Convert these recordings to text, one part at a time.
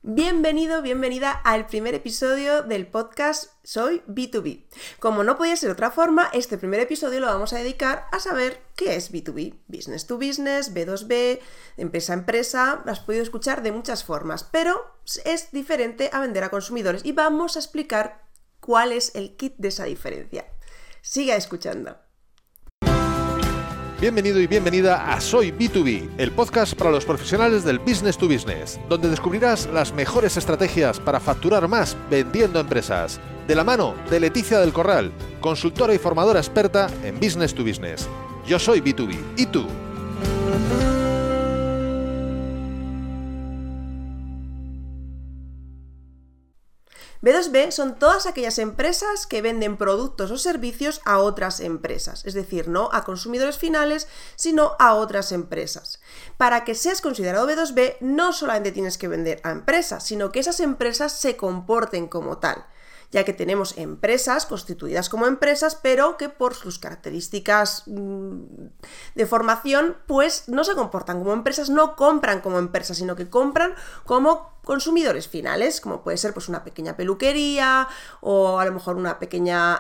Bienvenido, bienvenida al primer episodio del podcast Soy B2B. Como no podía ser de otra forma, este primer episodio lo vamos a dedicar a saber qué es B2B. Business to business, B2B, empresa a empresa, lo has podido escuchar de muchas formas, pero es diferente a vender a consumidores y vamos a explicar cuál es el kit de esa diferencia. Siga escuchando. Bienvenido y bienvenida a Soy B2B, el podcast para los profesionales del business to business, donde descubrirás las mejores estrategias para facturar más vendiendo a empresas. De la mano de Leticia del Corral, consultora y formadora experta en business to business. Yo soy B2B, ¿y tú? B2B son todas aquellas empresas que venden productos o servicios a otras empresas, es decir, no a consumidores finales, sino a otras empresas. Para que seas considerado B2B, no solamente tienes que vender a empresas, sino que esas empresas se comporten como tal, ya que tenemos empresas constituidas como empresas, pero que por sus características de formación, pues no se comportan como empresas, no compran como empresas, sino que compran como consumidores finales, como puede ser pues una pequeña peluquería o a lo mejor una pequeña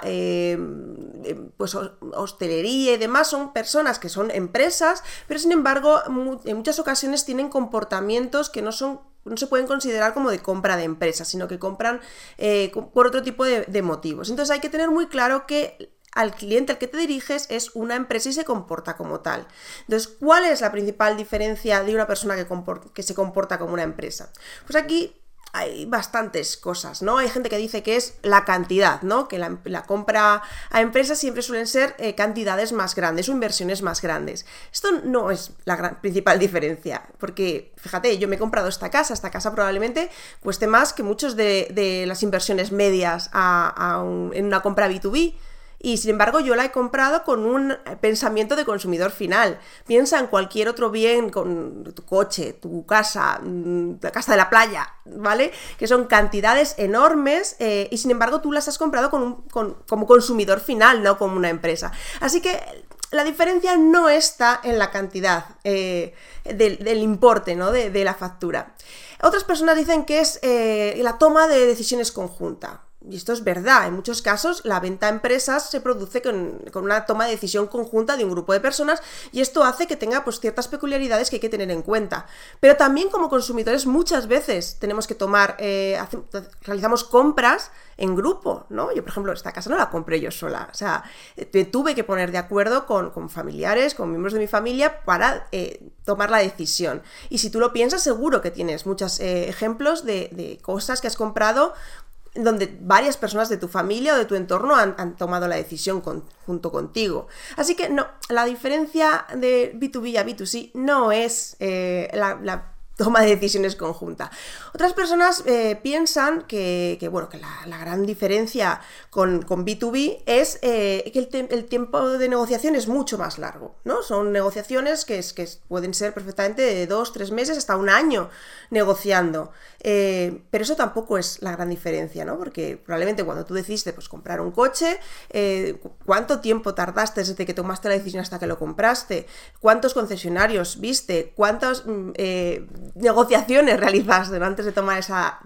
pues hostelería y demás. Son personas que son empresas, pero sin embargo en muchas ocasiones tienen comportamientos que no se pueden considerar como de compra de empresas, sino que compran por otro tipo de motivos. Entonces hay que tener muy claro que al cliente al que te diriges es una empresa y se comporta como tal. Entonces, ¿cuál es la principal diferencia de una persona que se comporta como una empresa? Pues aquí hay bastantes cosas, ¿no? Hay gente que dice que es la cantidad, ¿no? Que la compra a empresas siempre suelen ser cantidades más grandes o inversiones más grandes. Esto no es la principal diferencia, porque, fíjate, yo me he comprado esta casa probablemente cueste más que muchos de las inversiones medias en una compra B2B. Y sin embargo yo la he comprado con un pensamiento de consumidor final. Piensa en cualquier otro bien, con tu coche, tu casa, la casa de la playa, ¿vale? Que son cantidades enormes y sin embargo tú las has comprado como consumidor final, no como una empresa. Así que la diferencia no está en la cantidad del importe, ¿no? de la factura. Otras personas dicen que es la toma de decisiones conjunta. Y esto es verdad, en muchos casos la venta a empresas se produce con una toma de decisión conjunta de un grupo de personas y esto hace que tenga pues ciertas peculiaridades que hay que tener en cuenta. Pero también como consumidores muchas veces tenemos que realizamos compras en grupo, ¿no? Yo, por ejemplo, esta casa no la compré yo sola, o sea, me tuve que poner de acuerdo con familiares, con miembros de mi familia para tomar la decisión. Y si tú lo piensas, seguro que tienes muchos ejemplos de cosas que has comprado donde varias personas de tu familia o de tu entorno han tomado la decisión junto contigo. Así que no, la diferencia de B2B a B2C no es la toma de decisiones conjunta. Otras personas piensan que la gran diferencia con B2B es que el tiempo de negociación es mucho más largo, ¿no? Son negociaciones que pueden ser perfectamente de 2-3 meses hasta un año negociando. Pero eso tampoco es la gran diferencia, ¿no? Porque probablemente cuando tú decidiste pues, comprar un coche, ¿cuánto tiempo tardaste desde que tomaste la decisión hasta que lo compraste? ¿Cuántos concesionarios viste? ¿Cuántas negociaciones realizaste antes de tomar esa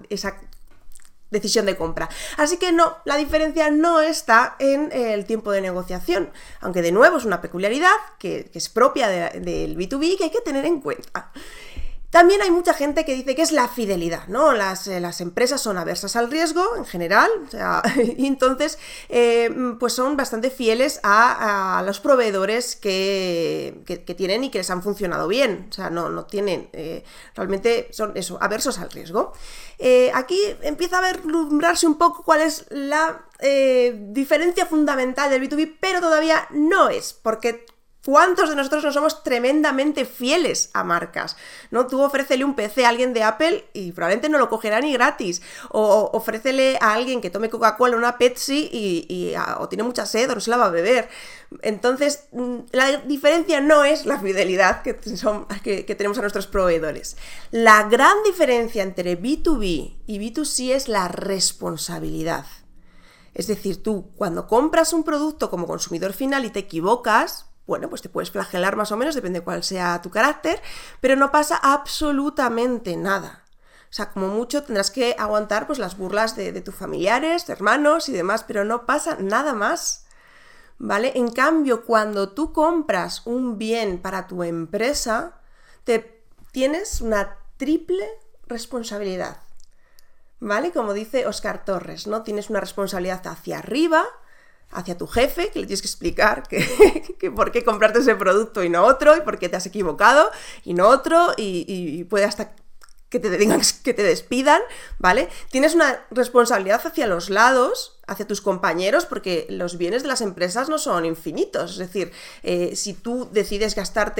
decisión de compra? Así que no, la diferencia no está en el tiempo de negociación, aunque de nuevo es una peculiaridad que es propia del B2B que hay que tener en cuenta. También hay mucha gente que dice que es la fidelidad, ¿no? Las empresas son aversas al riesgo en general, o sea, y entonces pues son bastante fieles a los proveedores que tienen y que les han funcionado bien, o sea, no tienen, realmente son eso, aversos al riesgo. Aquí empieza a vislumbrarse un poco cuál es la diferencia fundamental del B2B, pero todavía no es, porque ¿cuántos de nosotros no somos tremendamente fieles a marcas? ¿No? Tú ofrécele un PC a alguien de Apple y probablemente no lo cogerá ni gratis. O ofrécele a alguien que tome Coca-Cola una Pepsi o tiene mucha sed o no se la va a beber. Entonces, la diferencia no es la fidelidad que tenemos a nuestros proveedores. La gran diferencia entre B2B y B2C es la responsabilidad. Es decir, tú cuando compras un producto como consumidor final y te equivocas, bueno, pues te puedes flagelar más o menos, depende de cuál sea tu carácter, pero no pasa absolutamente nada. O sea, como mucho tendrás que aguantar pues las burlas de tus familiares, de hermanos y demás, pero no pasa nada más, ¿vale? En cambio, cuando tú compras un bien para tu empresa, tienes una triple responsabilidad, ¿vale? Como dice Óscar Torres, ¿no? Tienes una responsabilidad hacia arriba, hacia tu jefe, que le tienes que explicar que por qué compraste ese producto y no otro, y por qué te has equivocado y no otro, y puede hasta que te digan que te despidan, ¿vale? Tienes una responsabilidad hacia los lados, hacia tus compañeros, porque los bienes de las empresas no son infinitos. Es decir, si tú decides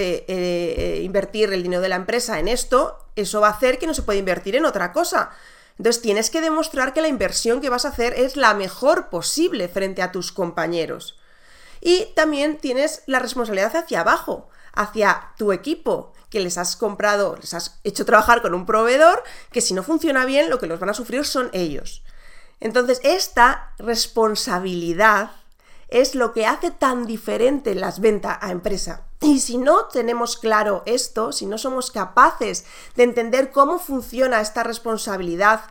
invertir el dinero de la empresa en esto, eso va a hacer que no se pueda invertir en otra cosa. Entonces tienes que demostrar que la inversión que vas a hacer es la mejor posible frente a tus compañeros. Y también tienes la responsabilidad hacia abajo, hacia tu equipo, que les has comprado, les has hecho trabajar con un proveedor, que si no funciona bien, lo que los van a sufrir son ellos. Entonces, esta responsabilidad es lo que hace tan diferente las ventas a empresa. Y si no tenemos claro esto, si no somos capaces de entender cómo funciona esta responsabilidad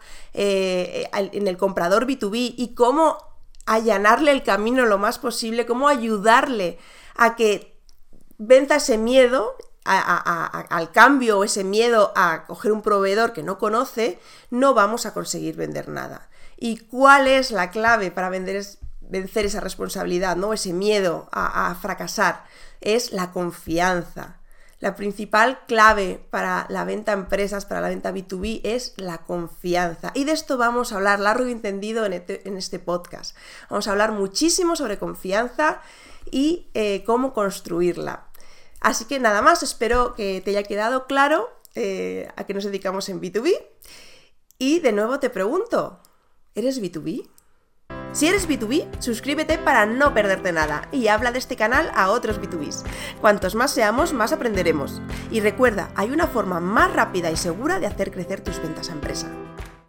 en el comprador B2B y cómo allanarle el camino lo más posible, cómo ayudarle a que venza ese miedo al cambio o ese miedo a coger un proveedor que no conoce, no vamos a conseguir vender nada. ¿Y cuál es la clave para vencer esa responsabilidad, ¿no? Ese miedo a fracasar? Es la confianza. La principal clave para la venta a empresas, para la venta B2B, es la confianza. Y de esto vamos a hablar largo y tendido en este podcast. Vamos a hablar muchísimo sobre confianza y cómo construirla. Así que nada más, espero que te haya quedado claro a qué nos dedicamos en B2B. Y de nuevo te pregunto, ¿eres B2B? Si eres B2B, suscríbete para no perderte nada y habla de este canal a otros B2Bs. Cuantos más seamos, más aprenderemos. Y recuerda, hay una forma más rápida y segura de hacer crecer tus ventas a empresa.